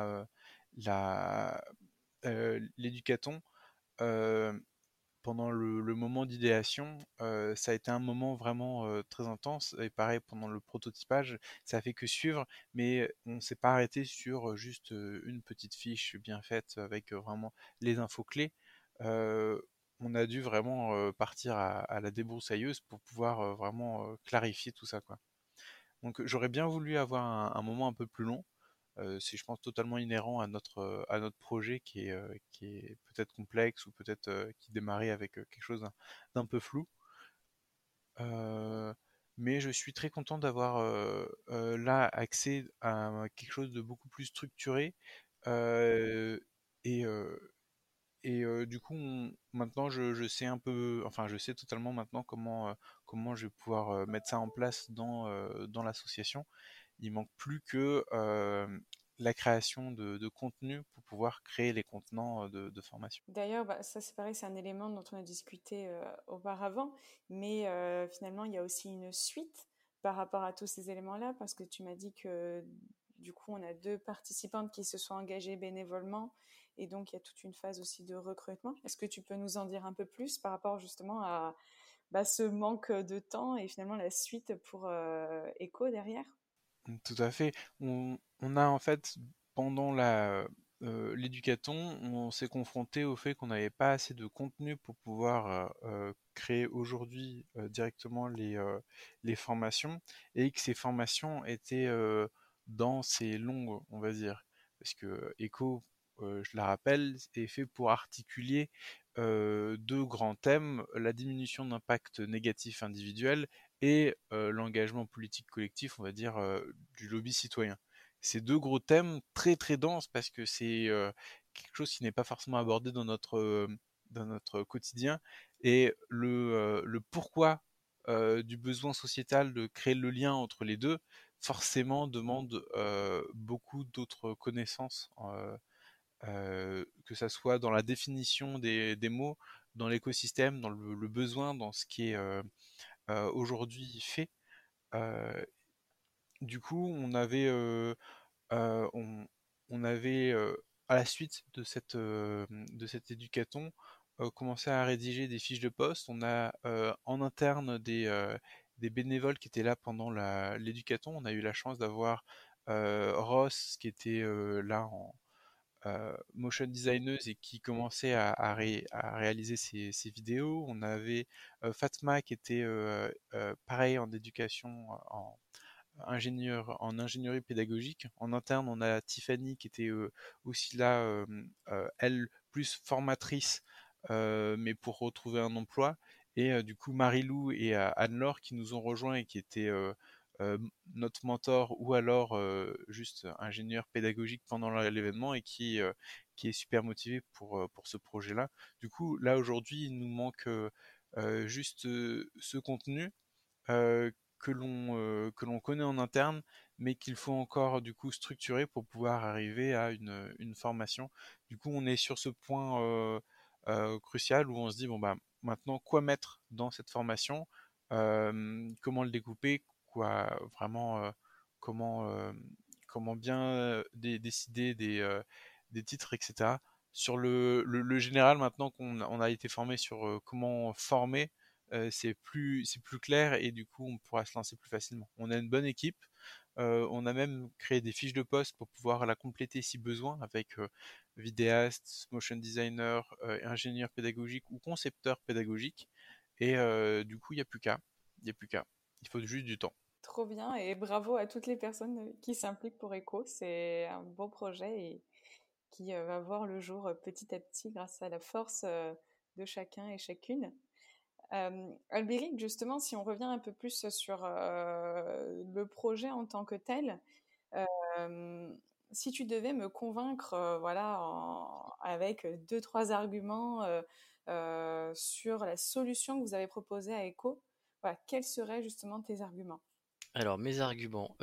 la l'éducaton, euh, pendant le moment d'idéation, ça a été un moment vraiment très intense. Et pareil, pendant le prototypage, ça a fait que suivre, mais on s'est pas arrêté sur juste une petite fiche bien faite avec vraiment les infos clés. Euh, on a dû vraiment partir à la débroussailleuse pour pouvoir vraiment clarifier tout ça, quoi. Donc j'aurais bien voulu avoir un moment un peu plus long. C'est, je pense, totalement inhérent à notre projet qui est peut-être complexe ou peut-être qui démarrait avec quelque chose d'un peu flou. Euh, mais je suis très content d'avoir là accès à quelque chose de beaucoup plus structuré. Euh, et du coup, maintenant, je sais un peu, enfin, je sais totalement maintenant comment je vais pouvoir mettre ça en place dans l'association. Il manque plus que la création de contenu pour pouvoir créer les contenants de formation. D'ailleurs, bah, ça c'est pareil, c'est un élément dont on a discuté auparavant, mais finalement il y a aussi une suite par rapport à tous ces éléments-là, parce que tu m'as dit que du coup on a 2 participantes qui se sont engagées bénévolement, et donc il y a toute une phase aussi de recrutement. Est-ce que tu peux nous en dire un peu plus par rapport justement à bah, ce manque de temps et finalement la suite pour Echo derrière? Tout à fait. On a en fait, pendant l'éducaton, on s'est confronté au fait qu'on n'avait pas assez de contenu pour pouvoir créer aujourd'hui directement les formations et que ces formations étaient denses et longues, on va dire. Parce que Echo, je la rappelle, est fait pour articuler 2 grands thèmes, la diminution d'impact négatif individuel et l'engagement politique collectif, on va dire, du lobby citoyen. Ces 2 gros thèmes très très denses parce que c'est quelque chose qui n'est pas forcément abordé dans notre quotidien et le pourquoi du besoin sociétal de créer le lien entre les deux forcément demande beaucoup d'autres connaissances, que ça soit dans la définition des mots, dans l'écosystème, dans le besoin, dans ce qui est aujourd'hui fait. Euh, du coup, euh, on, on avait à la suite de cet éducaton, commencé à rédiger des fiches de poste. On a en interne des bénévoles qui étaient là pendant l'éducaton. On a eu la chance d'avoir Ross qui était là en motion designeuse et qui commençait à réaliser ses vidéos. On avait Fatma qui était pareil en éducation, en ingénierie pédagogique. En interne, on a Tiffany qui était aussi là, elle plus formatrice, mais pour retrouver un emploi. Et du coup, Marie-Lou et Anne-Laure qui nous ont rejoints et qui étaient euh, notre mentor ou alors juste ingénieur pédagogique pendant l'événement et qui est super motivé pour ce projet-là. Du coup, là aujourd'hui, il nous manque juste ce contenu euh, que l'on connaît en interne, mais qu'il faut encore du coup structurer pour pouvoir arriver à une formation. Du coup, on est sur ce point crucial où on se dit bon bah maintenant quoi mettre dans cette formation, comment le découper, quoi vraiment comment comment bien décider des titres, etc. Sur le général, maintenant on a été formé sur comment former, c'est plus clair et du coup on pourra se lancer plus facilement. On a une bonne équipe, on a même créé des fiches de poste pour pouvoir la compléter si besoin avec vidéaste, motion designer, ingénieur pédagogique ou concepteur pédagogique et du coup il n'y a plus qu'à, il y a plus qu'à. Il faut juste du temps. Trop bien et bravo à toutes les personnes qui s'impliquent pour Echo. C'est un beau projet et qui va voir le jour petit à petit grâce à la force de chacun et chacune. Albéric, justement, si on revient un peu plus sur le projet en tant que tel, euh, si tu devais me convaincre, voilà, avec deux, trois arguments sur la solution que vous avez proposée à Echo, voilà, quels seraient justement tes arguments? Alors, mes arguments.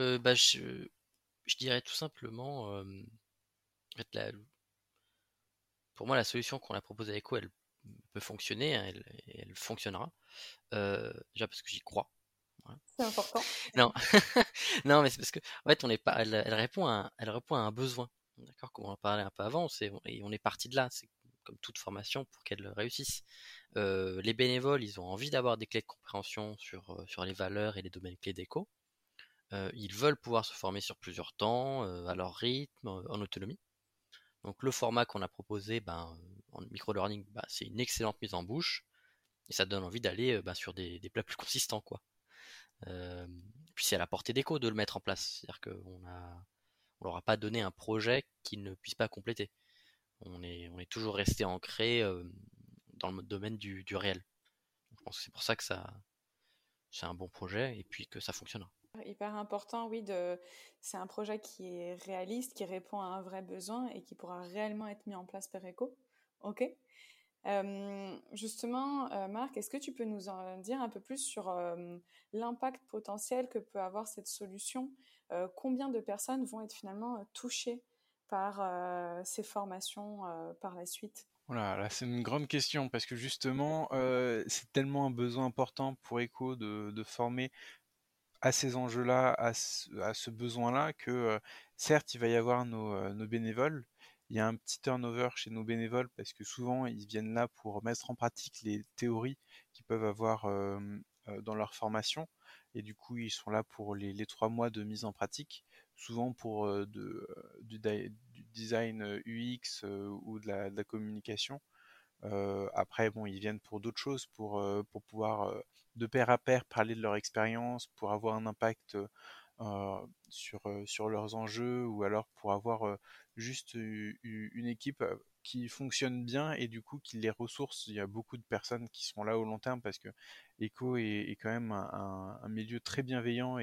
Je dirais tout simplement, en fait, pour moi, la solution qu'on a proposée à Echo, elle peut fonctionner, hein, elle fonctionnera. Déjà parce que j'y crois. Voilà. C'est important. Non, non, mais c'est parce que en fait, on n'est pas, elle répond à un besoin. D'accord, comme on en parlait un peu avant, et on est parti de là. C'est comme toute formation pour qu'elle réussisse. Les bénévoles, ils ont envie d'avoir des clés de compréhension sur les valeurs et les domaines clés d'éco. Ils veulent pouvoir se former sur plusieurs temps, à leur rythme, en autonomie. Donc le format qu'on a proposé, en micro-learning, c'est une excellente mise en bouche et ça donne envie d'aller sur des plats plus consistants, quoi. Euh, Puis c'est à la portée d'écho de le mettre en place, c'est-à-dire on leur a pas donné un projet qu'ils ne puissent pas compléter. On est toujours resté ancré dans le domaine du réel. Donc, je pense que c'est pour ça que c'est un bon projet et puis que ça fonctionnera. Hyper important, oui, c'est un projet qui est réaliste, qui répond à un vrai besoin et qui pourra réellement être mis en place par Echo. Ok. Justement, Marc, est-ce que tu peux nous en dire un peu plus sur l'impact potentiel que peut avoir cette solution? Combien de personnes vont être finalement touchées par ces formations par la suite? Voilà, là c'est une grande question parce que justement c'est tellement un besoin important pour Echo de former à ces enjeux-là, à ce besoin-là, que certes, il va y avoir nos bénévoles. Il y a un petit turnover chez nos bénévoles parce que souvent, ils viennent là pour mettre en pratique les théories qu'ils peuvent avoir dans leur formation. Et du coup, ils sont là pour les 3 mois de mise en pratique, souvent pour du design UX ou de la communication. Après, bon, ils viennent pour d'autres choses, pour pouvoir de pair à pair parler de leur expérience, pour avoir un impact sur leurs enjeux, ou alors pour avoir juste une équipe qui fonctionne bien et du coup qui les ressource. Il y a beaucoup de personnes qui sont là au long terme parce que Echo est quand même un milieu très bienveillant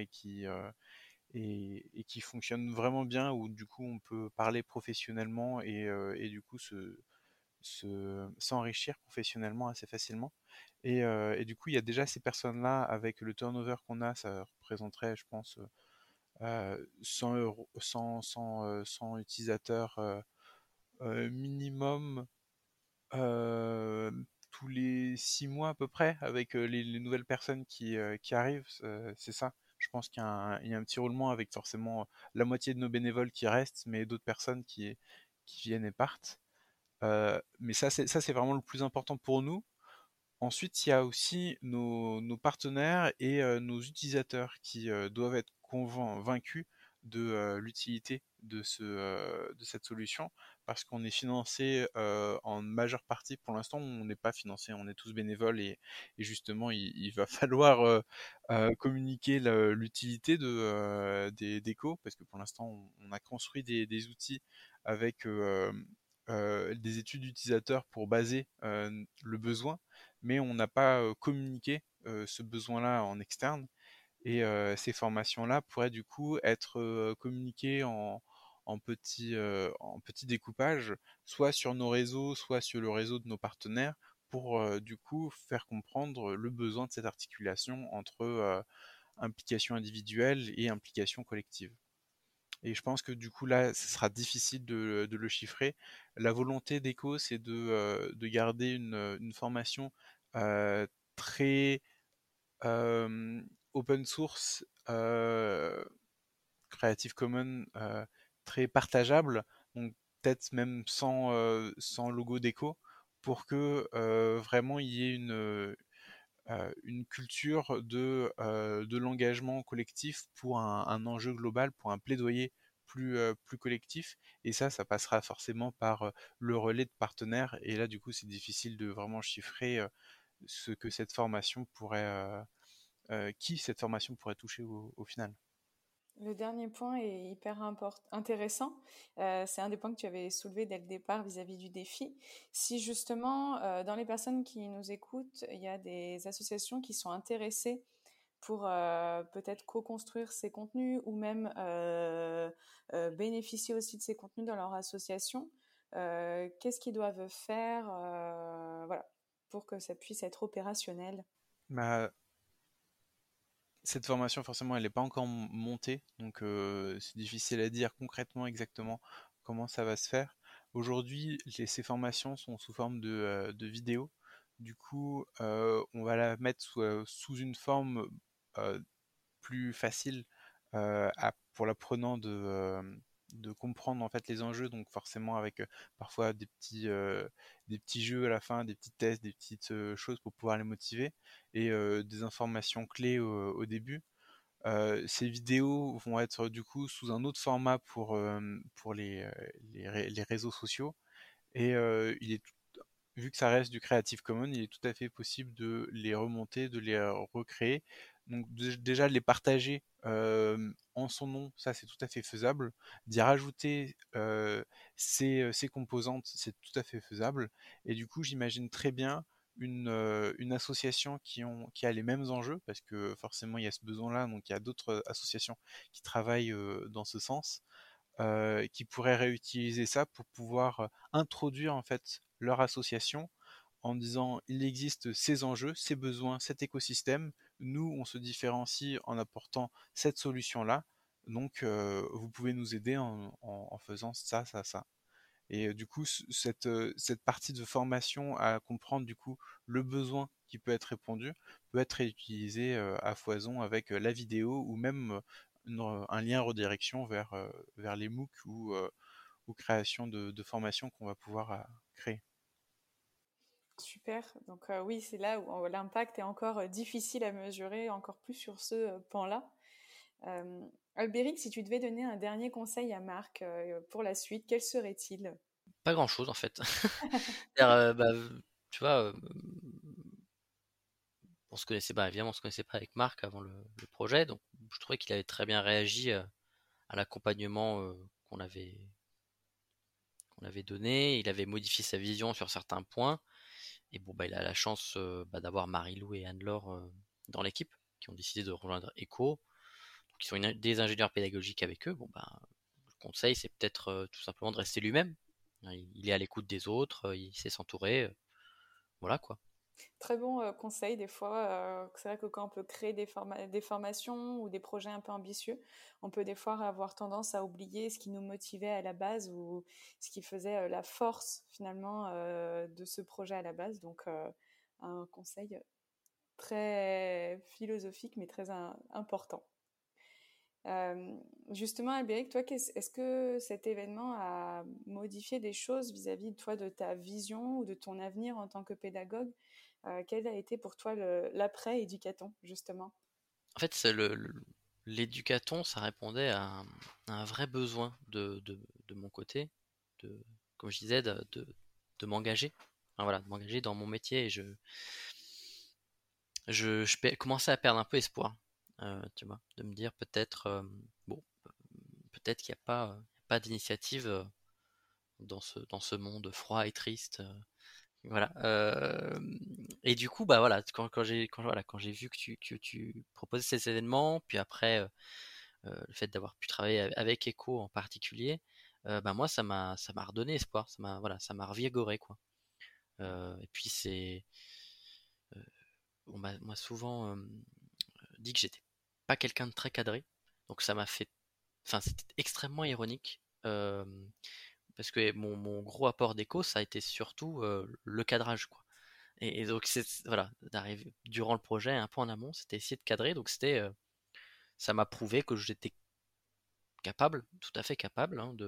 et qui fonctionne vraiment bien, où du coup on peut parler professionnellement et du coup s'enrichir professionnellement assez facilement. Et du coup, il y a déjà ces personnes-là, avec le turnover qu'on a, ça représenterait, je pense, 100 euros, 100 utilisateurs minimum euh, tous les 6 mois à peu près, avec les nouvelles personnes qui arrivent. C'est ça. Je pense qu'il y a un petit roulement avec forcément la moitié de nos bénévoles qui restent, mais d'autres personnes qui viennent et partent. Mais ça, c'est vraiment le plus important pour nous. Ensuite, il y a aussi nos partenaires et nos utilisateurs qui doivent être convaincus de l'utilité de cette solution, parce qu'on est financé en majeure partie. Pour l'instant, on n'est pas financé, on est tous bénévoles, et justement, il va falloir communiquer l'utilité des décos, parce que pour l'instant, on a construit des outils avec des études utilisateurs pour baser le besoin, mais on n'a pas communiqué ce besoin-là en externe. Et ces formations-là pourraient du coup être communiquées en petits découpages, soit sur nos réseaux, soit sur le réseau de nos partenaires, pour du coup faire comprendre le besoin de cette articulation entre implication individuelle et implication collective. Et je pense que du coup là, ce sera difficile de le chiffrer. La volonté d'Echo, c'est de garder une formation euh, très open source, Creative Commons, très partageable, donc peut-être même sans logo d'Echo, pour que vraiment il y ait une culture de l'engagement collectif pour un enjeu global, pour un plaidoyer plus collectif. Et ça passera forcément par le relais de partenaires. Et là, du coup, c'est difficile de vraiment chiffrer ce que cette formation pourrait, qui cette formation pourrait toucher au final. Le dernier point est hyper intéressant. C'est un des points que tu avais soulevé dès le départ vis-à-vis du défi. Si justement, dans les personnes qui nous écoutent, il y a des associations qui sont intéressées pour peut-être co-construire ces contenus ou même bénéficier aussi de ces contenus dans leur association, qu'est-ce qu'ils doivent faire voilà, pour que ça puisse être opérationnel? Bah, cette formation, forcément, elle n'est pas encore montée, donc c'est difficile à dire concrètement exactement comment ça va se faire. Aujourd'hui, ces formations sont sous forme de vidéos. Du coup, on va la mettre sous une forme euh, plus facile pour l'apprenant de comprendre en fait les enjeux, donc forcément avec parfois des petits jeux à la fin, des petits tests, des petites choses pour pouvoir les motiver et des informations clés au début. Ces vidéos vont être du coup sous un autre format pour les réseaux sociaux et vu que ça reste du Creative Commons, il est tout à fait possible de les remonter, de les recréer. Donc déjà de les partager en son nom, ça c'est tout à fait faisable. D'y rajouter ces composantes, c'est tout à fait faisable. Et du coup, j'imagine très bien une association qui a les mêmes enjeux, parce que forcément il y a ce besoin-là, donc il y a d'autres associations qui travaillent dans ce sens, qui pourraient réutiliser ça pour pouvoir introduire en fait leur association en disant il existe ces enjeux, ces besoins, cet écosystème. Nous, on se différencie en apportant cette solution-là. Donc, vous pouvez nous aider en faisant ça, ça, ça. Et du coup, cette partie de formation à comprendre du coup le besoin qui peut être répondu peut être réutilisée à foison avec la vidéo ou même un lien redirection vers les MOOC ou création de formations qu'on va pouvoir créer. Super. Donc oui, c'est là où l'impact est encore difficile à mesurer, encore plus sur ce pan-là. Euh, Albéric, si tu devais donner un dernier conseil à Marc pour la suite, quel serait-il? Pas grand-chose en fait. C'est-à-dire, tu vois, on se connaissait pas, évidemment, on se connaissait pas avec Marc avant le projet, donc je trouvais qu'il avait très bien réagi à l'accompagnement qu'on avait donné. Il avait modifié sa vision sur certains points. Et bon, bah, il a la chance d'avoir Marie-Lou et Anne-Laure dans l'équipe qui ont décidé de rejoindre ECHO, qui sont des ingénieurs pédagogiques avec eux. Bon, bah, le conseil, c'est peut-être tout simplement de rester lui-même. Il est à l'écoute des autres, il sait s'entourer. Voilà quoi. Très bon conseil des fois. C'est vrai que quand on peut créer des formations ou des projets un peu ambitieux, on peut des fois avoir tendance à oublier ce qui nous motivait à la base ou ce qui faisait la force finalement de ce projet à la base. Donc un conseil très philosophique mais très important. Euh, Justement, Albéric, toi, est-ce que cet événement a modifié des choses vis-à-vis de toi, de ta vision ou de ton avenir en tant que pédagogue? Quel a été pour toi l'après-éducaton, justement? En fait, l'éducaton, ça répondait à un vrai besoin de mon côté, de, comme je disais, de m'engager. Enfin, voilà, de m'engager dans mon métier. Et commençais à perdre un peu espoir, tu vois, de me dire peut-être, bon, peut-être qu'il n'y a pas d'initiative dans ce monde froid et triste. Voilà. Et du coup, bah voilà, quand j'ai vu que tu proposais ces événements, puis après le fait d'avoir pu travailler avec Echo en particulier, bah moi ça m'a redonné espoir, ça m'a revigoré quoi. Et puis euh, on m'a souvent dit que j'étais pas quelqu'un de très cadré, donc ça m'a fait, enfin c'était extrêmement ironique. Parce que mon gros apport d'écho, ça a été surtout le cadrage, quoi. Et donc voilà, d'arriver durant le projet un peu en amont, c'était essayer de cadrer. Donc ça m'a prouvé que j'étais capable, tout à fait capable, hein,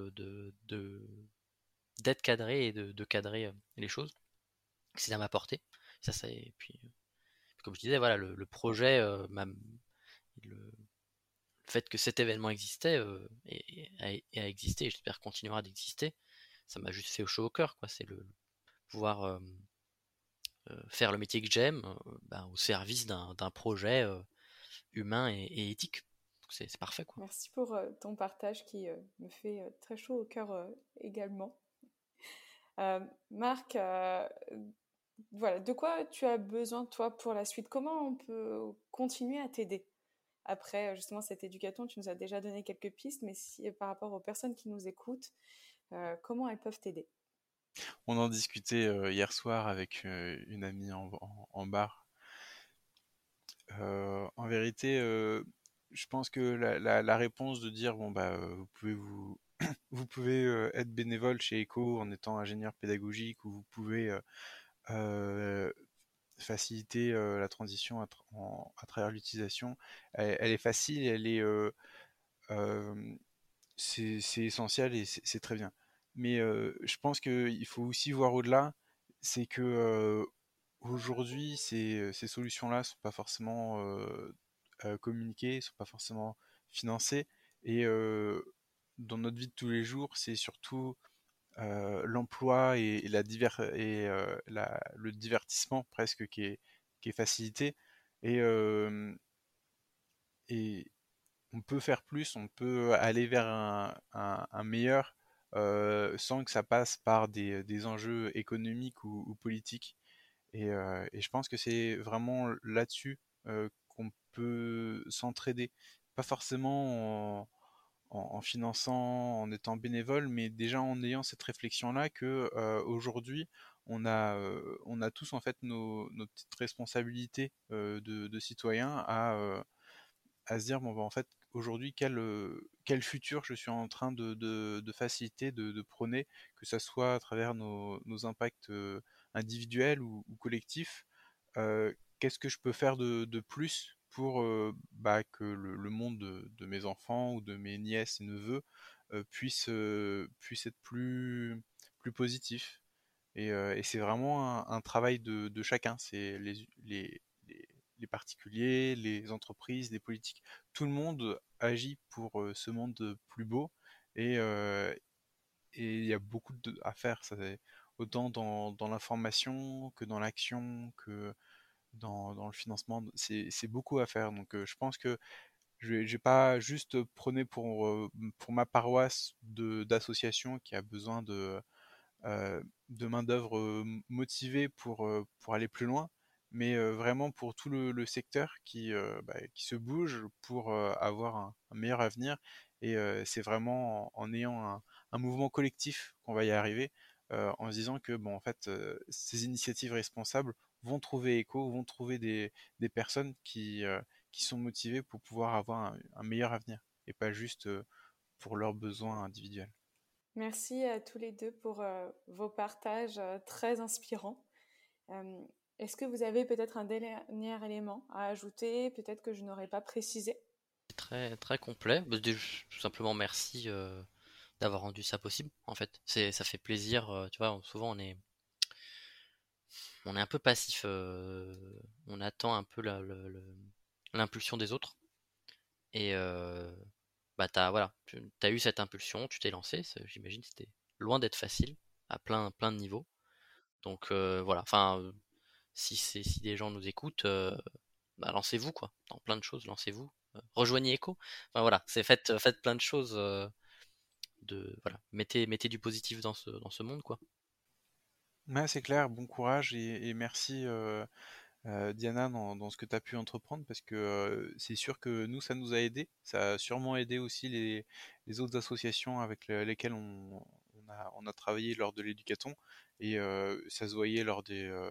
d'être cadré et de cadrer les choses. C'est à ma portée. Et puis comme je disais, voilà, le projet, le fait que cet événement existait a existé, et j'espère continuera d'exister. Ça m'a juste fait chaud au cœur, quoi. C'est le pouvoir faire le métier que j'aime, ben, au service d'un projet humain et éthique, que c'est parfait, quoi. Merci pour ton partage qui me fait très chaud au cœur également. Marc, voilà, de quoi tu as besoin, toi, pour la suite? Comment on peut continuer à t'aider? Après, justement, cet éducaton, tu nous as déjà donné quelques pistes, mais si, par rapport aux personnes qui nous écoutent, comment elles peuvent t'aider? On en discutait hier soir avec une amie en bar. En vérité, je pense que la réponse de dire bon bah vous pouvez être bénévole chez Eco en étant ingénieur pédagogique ou vous pouvez euh, faciliter la transition à travers l'utilisation. Elle est facile, euh, c'est essentiel et c'est très bien. Mais je pense qu'il faut aussi voir au-delà, c'est que aujourd'hui ces solutions-là sont pas forcément communiquées, sont pas forcément financées et dans notre vie de tous les jours, c'est surtout l'emploi et le divertissement presque qui est facilité. Et, et on peut faire plus, on peut aller vers un meilleur sans que ça passe par des enjeux économiques ou politiques. Et je pense que c'est vraiment là-dessus qu'on peut s'entraider. Pas forcément en finançant, en étant bénévole, mais déjà en ayant cette réflexion-là que aujourd'hui, on a tous en fait nos petites responsabilités de citoyens à se dire bon bah, en fait aujourd'hui quel futur je suis en train de faciliter, de prôner, que ça soit à travers nos impacts individuels ou collectifs. Qu'est-ce que je peux faire de plus pour bah, que le monde de mes enfants ou de mes nièces et neveux puisse être plus positif. Et c'est vraiment un travail de chacun. C'est les particuliers, les entreprises, les politiques. Tout le monde agit pour ce monde plus beau. Et et il y a beaucoup à faire. Autant dans l'information que dans l'action, que dans le financement. C'est beaucoup à faire. Donc je pense que je vais pas juste prôner pour ma paroisse d'association qui a besoin de main-d'œuvre motivée pour aller plus loin, mais vraiment pour tout le secteur qui se bouge pour avoir un meilleur avenir. Et c'est vraiment en ayant un mouvement collectif qu'on va y arriver, en se disant que bon, en fait, ces initiatives responsables vont trouver écho, vont trouver des personnes qui sont motivées pour pouvoir avoir un meilleur avenir et pas juste pour leurs besoins individuels. Merci à tous les deux pour vos partages très inspirants. Euh, Est-ce que vous avez peut-être un dernier élément à ajouter, peut-être que je n'aurais pas précisé? C'est très, très complet. Bah, tout simplement merci d'avoir rendu ça possible, en fait. Ça fait plaisir, tu vois, souvent on est un peu passif, on attend un peu l'impulsion des autres. Et bah voilà, t'as eu cette impulsion, tu t'es lancé, j'imagine que c'était loin d'être facile, à plein de niveaux. Donc voilà, enfin, si des gens nous écoutent, bah, lancez-vous quoi, dans plein de choses, lancez-vous. Rejoignez Echo. Enfin voilà, faites plein de choses, voilà, mettez du positif dans ce monde quoi. Ouais, c'est clair, bon courage et merci Diana dans ce que tu as pu entreprendre parce que c'est sûr que nous, ça nous a aidé. Ça a sûrement aidé aussi les autres associations avec lesquelles on a travaillé lors de l'éducaton et ça se voyait lors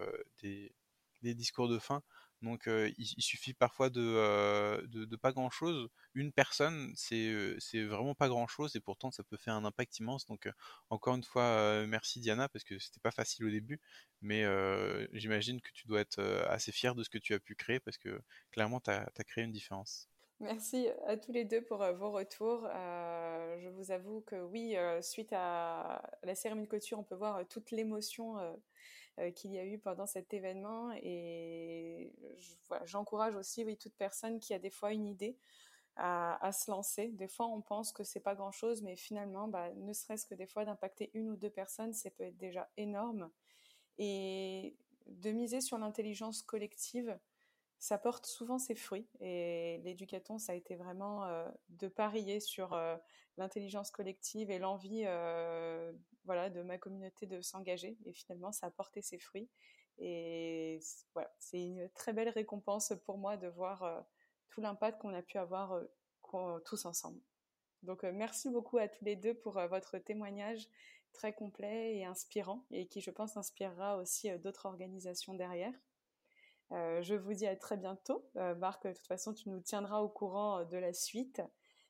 des discours de fin. Donc il suffit parfois de pas grand-chose. Une personne, c'est vraiment pas grand-chose et pourtant ça peut faire un impact immense. Donc encore une fois, merci Diana parce que c'était pas facile au début, mais j'imagine que tu dois être assez fier de ce que tu as pu créer parce que clairement tu as créé une différence. Merci à tous les deux pour vos retours. Je vous avoue que oui, suite à la cérémonie de clôture, on peut voir toute l'émotion qu'il y a eu pendant cet événement. Et voilà, j'encourage aussi oui, toute personne qui a des fois une idée à se lancer. Des fois, on pense que c'est pas grand-chose, mais finalement, bah, ne serait-ce que des fois d'impacter une ou deux personnes, ça peut être déjà énorme. Et de miser sur l'intelligence collective, ça porte souvent ses fruits. Et l'éducathon, ça a été vraiment de parier sur l'intelligence collective et l'envie de ma communauté de s'engager. Et finalement, ça a porté ses fruits. Et voilà, c'est une très belle récompense pour moi de voir tout l'impact qu'on a pu avoir tous ensemble. Donc, merci beaucoup à tous les deux pour votre témoignage très complet et inspirant, et qui, je pense, inspirera aussi d'autres organisations derrière. Je vous dis à très bientôt. Marc, de toute façon, tu nous tiendras au courant de la suite.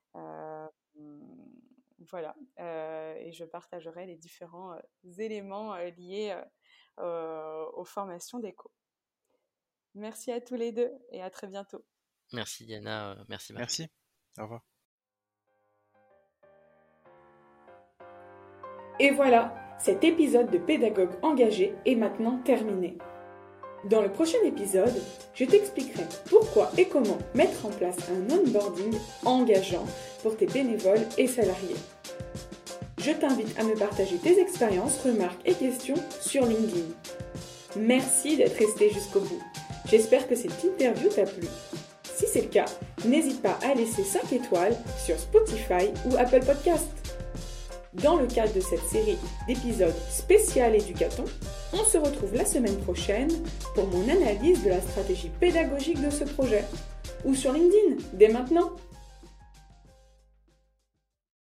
Voilà. Et je partagerai les différents éléments liés aux formations d'éco. Merci à tous les deux et à très bientôt. Merci Diana, merci Marc. Merci, au revoir. Et voilà, cet épisode de Pédagogue engagé est maintenant terminé. Dans le prochain épisode, je t'expliquerai pourquoi et comment mettre en place un onboarding engageant pour tes bénévoles et salariés. Je t'invite à me partager tes expériences, remarques et questions sur LinkedIn. Merci d'être resté jusqu'au bout. J'espère que cette interview t'a plu. Si c'est le cas, n'hésite pas à laisser 5 étoiles sur Spotify ou Apple Podcast. Dans le cadre de cette série d'épisodes spécial éducathon, on se retrouve la semaine prochaine pour mon analyse de la stratégie pédagogique de ce projet. Ou sur LinkedIn, dès maintenant.